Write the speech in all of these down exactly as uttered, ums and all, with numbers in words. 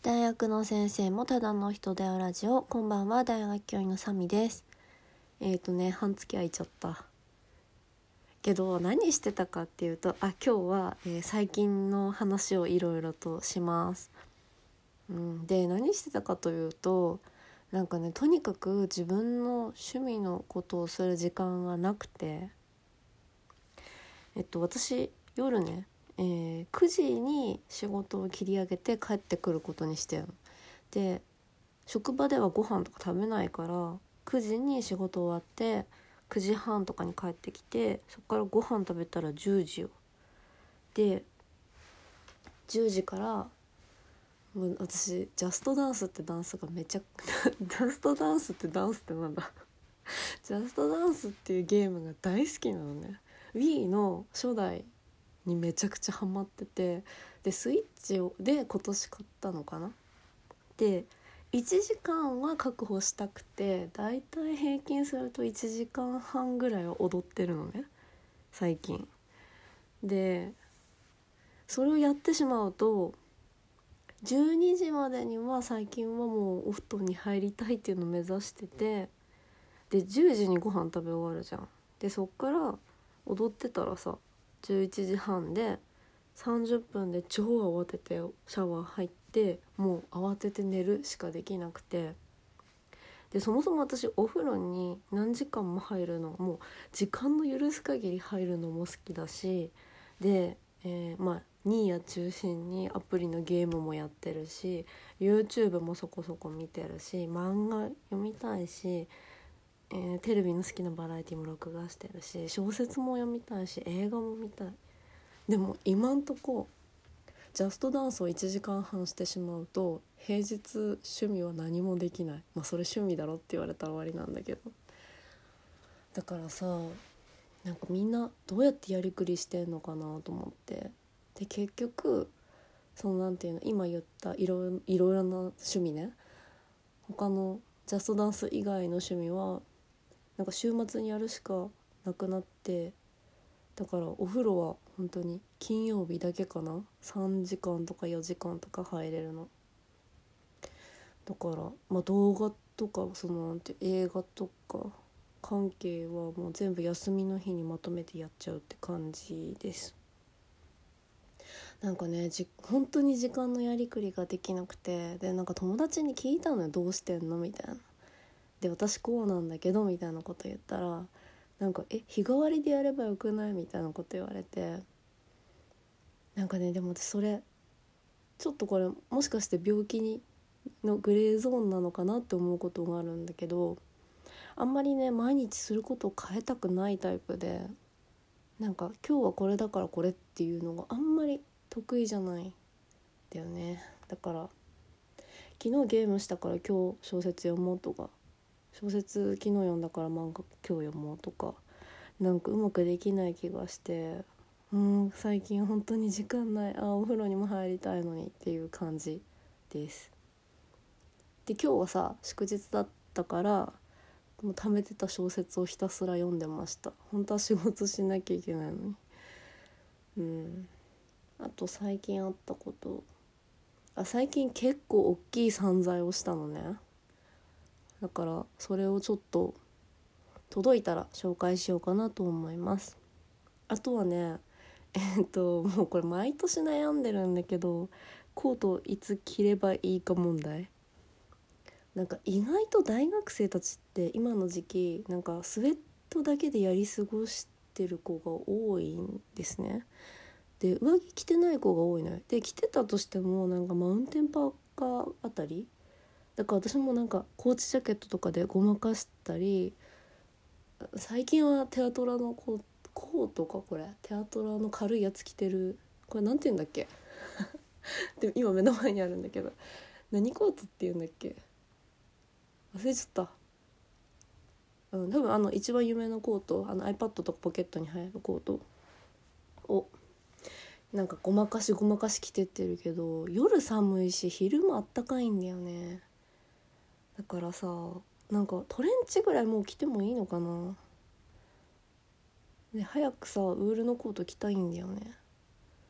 大学の先生もただの人であるラジオ。こんばんは、大学教員のサミです。えーとね半月空いちゃったけど、何してたかっていうと、あ今日は、えー最近の話をいろいろとします、うん、で何してたかというと、なんかねとにかく自分の趣味のことをする時間がなくて、えっと私夜ね、えーくじに仕事を切り上げて帰ってくることにしてるので、職場ではご飯とか食べないから、くじに仕事終わってくじはんとかに帰ってきて、そこからご飯食べたらじゅうじよ。でじゅうじからもう私ジャストダンスってダンスがめちゃジャストダンスってダンスってなんだジャストダンスっていうゲームが大好きなのね。 Wii の初代にめちゃくちゃハマってて、でスイッチをで今年買ったのかな。でいちじかんは確保したくて、だいたい平均するといちじかんはんぐらいは踊ってるのね最近で。それをやってしまうとじゅうにじまでには最近はもうお布団に入りたいっていうのを目指してて、でじゅうじにご飯食べ終わるじゃん。でそっから踊ってたらさじゅういちじはんでさんじゅっぷんで超慌ててシャワー入って、もう慌てて寝るしかできなくて、でそもそも私お風呂に何時間も入るのもう時間の許す限り入るのも好きだし、で、えー、まあニーヤ中心にアプリのゲームもやってるし、 YouTube もそこそこ見てるし、漫画読みたいし、えー、テレビの好きなバラエティも録画してるし、小説も読みたいし、映画も見たい。でも今んとこジャストダンスをいちじかんはんしてしまうと平日趣味は何もできない。まあそれ趣味だろって言われたら終わりなんだけど、だからさ、なんかみんなどうやってやりくりしてんのかなと思って、で結局そのなんていうの、今言ったいろいろいろな趣味ね、他のジャストダンス以外の趣味はなんか週末にやるしかなくなって、だからお風呂は本当に金曜日だけかな、さんじかんとかよじかんとか入れるの。だから、まあ、動画とかそのなんて映画とか関係はもう全部休みの日にまとめてやっちゃうって感じです。なんかねじ本当に時間のやりくりができなくて、でなんか友達に聞いたのよ、どうしてんのみたいな。で私こうなんだけどみたいなこと言ったら、なんかえ日替わりでやればよくないみたいなこと言われて、なんかねでも私それちょっとこれもしかして病気にのグレーゾーンなのかなって思うことがあるんだけど、あんまりね毎日することを変えたくないタイプで、なんか今日はこれだからこれっていうのがあんまり得意じゃないんだよね。だから昨日ゲームしたから今日小説読もうとか、小説昨日読んだから漫画今日読もうとか、なんかうまくできない気がして、うん最近本当に時間ない、あお風呂にも入りたいのにっていう感じです。で今日はさ祝日だったからもう貯めてた小説をひたすら読んでました。本当は仕事しなきゃいけないのに。うんあと最近あったこと、あ最近結構大きい散財をしたのね。だからそれをちょっと届いたら紹介しようかなと思います。あとはねえっともうこれ毎年悩んでるんだけど、コートいつ着ればいいか問題。なんか意外と大学生たちって今の時期なんかスウェットだけでやり過ごしてる子が多いんですね。で上着着てない子が多いのよ。で着てたとしてもなんかマウンテンパーカーあたりだから、私もなんかコーチジャケットとかでごまかしたり、最近はテアトラのコートコートか、これテアトラの軽いやつ着てる。これなんて言うんだっけでも今目の前にあるんだけど、何コートって言うんだっけ、忘れちゃった。うん、多分あの一番有名なコート、あの iPad とかポケットに入るコートをなんかごまかしごまかし着てってるけど、夜寒いし昼もあったかいんだよね。だからさなんかトレンチぐらいもう着てもいいのかな。で早くさウールのコート着たいんだよね。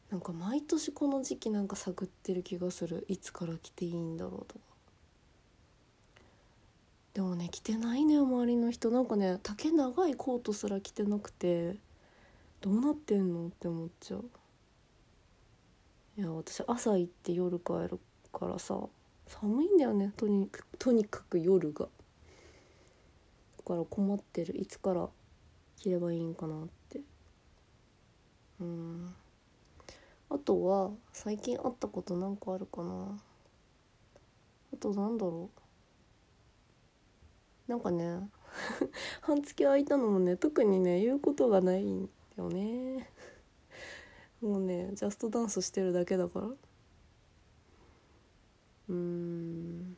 なんか毎年この時期なんか探ってる気がする。いつから着ていいんだろうとか。でもね着てないね周りの人。なんかね丈長いコートすら着てなくて、どうなってんのって思っちゃう。いや私朝行って夜帰るからさ、寒いんだよねとにかくとにかく夜が。だから困ってる。いつから着ればいいんかなって。うん。あとは最近あったことなんかあるかな。あとなんだろう。なんかね半月空いたのもね特にね言うことがないんだよね。もうねジャストダンスしてるだけだから。うーん。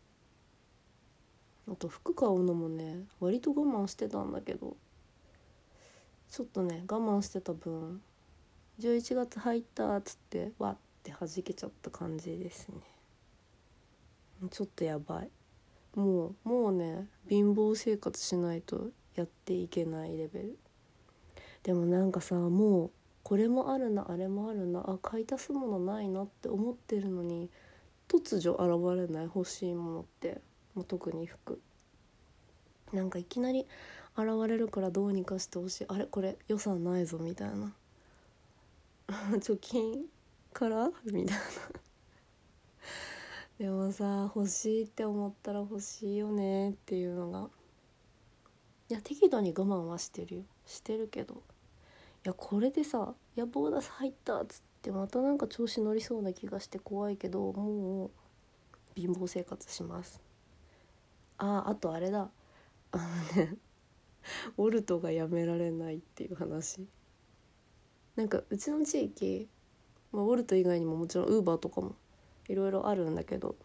あと服買うのもね割と我慢してたんだけど、ちょっとね我慢してた分じゅういちがつ入ったっつってわって弾けちゃった感じですね。ちょっとやばい。もうもうね貧乏生活しないとやっていけないレベル。でもなんかさ、もうこれもあるなあれもあるな、あ買い足すものないなって思ってるのに突如現れない欲しいものって。もう特に服なんかいきなり現れるからどうにかしてほしい。あれこれ予算ないぞみたいな貯金からみたいなでもさ欲しいって思ったら欲しいよねっていうのが、いや適度に我慢はしてるよしてるけど、いやこれでさいやボーナス入ったっつってまたなんか調子乗りそうな気がして怖いけど、もう貧乏生活します。ああとあれだ、あのねウォルトがやめられないっていう話。なんかうちの地域、まあ、ウォルト以外にももちろんウーバーとかもいろいろあるんだけど、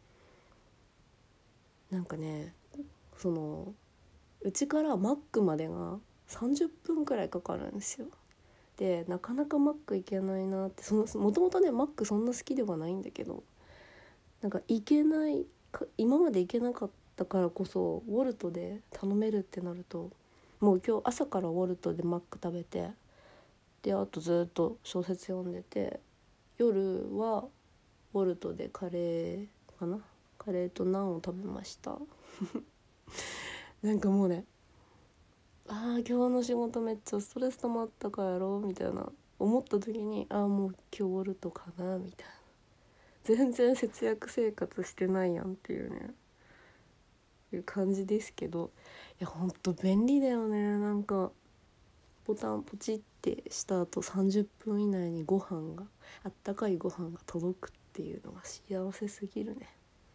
なんかねそのうちからマックまでがさんじゅっぷんくらいかかるんですよ。でなかなかマック行けないなって。そのもともとねマックそんな好きではないんだけど、なんか行けないか今まで行けなかったからこそウォルトで頼めるってなると、もう今日朝からウォルトでマック食べて、であとずっと小説読んでて、夜はウォルトでカレーかなカレーとナンを食べましたなんかもうね、あー今日の仕事めっちゃストレス溜まったからやろうみたいな思った時に、あーもう今日ウォルトかなみたいな。全然節約生活してないやんっていうねいう感じですけど、いやほんと便利だよね。なんかボタンポチってした後さんじゅっぷん以内にご飯があったかいご飯が届くっていうのが幸せすぎるね。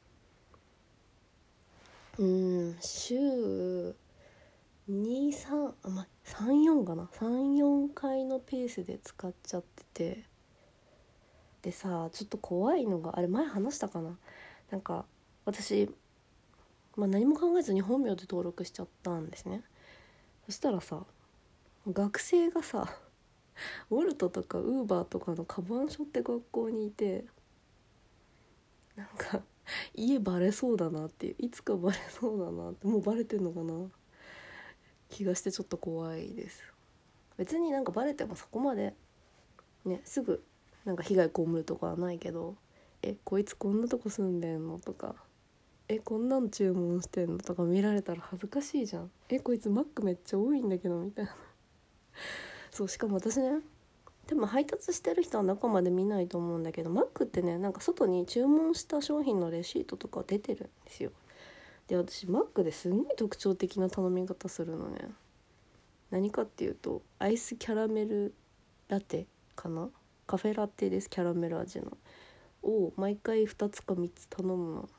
うーん週にさんあまあさんよんかなさんよんかいのペースで使っちゃってて、でさちょっと怖いのがあれ前話したかな。なんか私、まあ、何も考えずに本名で登録しちゃったんですね。そしたらさ学生がさウォルトとかウーバーとかのカバン背負って学校にいて、なんか家バレそうだなっていう、いつかバレそうだなって、もうバレてんのかな気がしてちょっと怖いです。別になんかバレてもそこまでねすぐなんか被害被るとかはないけど、えこいつこんなとこ住んでんのとか、えこんなん注文してんのとか見られたら恥ずかしいじゃん。えこいつマックめっちゃ多いんだけどみたいなそうしかも私ねでも配達してる人は中まで見ないと思うんだけど、マックってねなんか外に注文した商品のレシートとか出てるんですよ。で私マックですごい特徴的な頼み方するのね。何かっていうとアイスキャラメルラテかな、カフェラテです。キャラメル味のを毎回ふたつかみっつ頼むの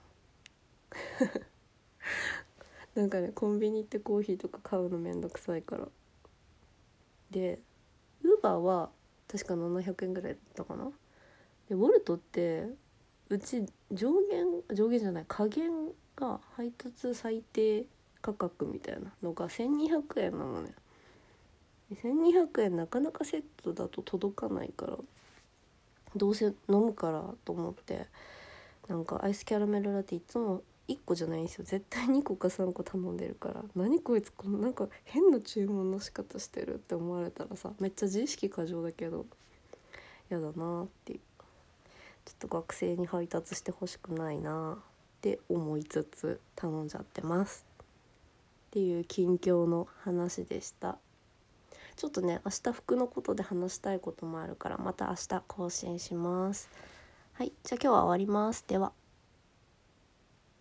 なんかねコンビニ行ってコーヒーとか買うのめんどくさいから。でウーバーは確かななひゃくえんぐらいだったかな。でウォルトってうち上限上限じゃない下限が配達最低価格みたいなのがせんにひゃくえんなのね。せんにひゃくえんなかなかセットだと届かないから、どうせ飲むからと思ってなんかアイスキャラメルラテいつもいっこじゃないんですよ。絶対にこかさんこ頼んでるから、何こいつこのなんか変な注文の仕方してるって思われたらさめっちゃ自意識過剰だけど、いやだなっていう、ちょっと学生に配達してほしくないなって思いつつ頼んじゃってますっていう近況の話でした。ちょっとね明日服のことで話したいこともあるから、また明日更新します。はい、じゃあ今日は終わります。では。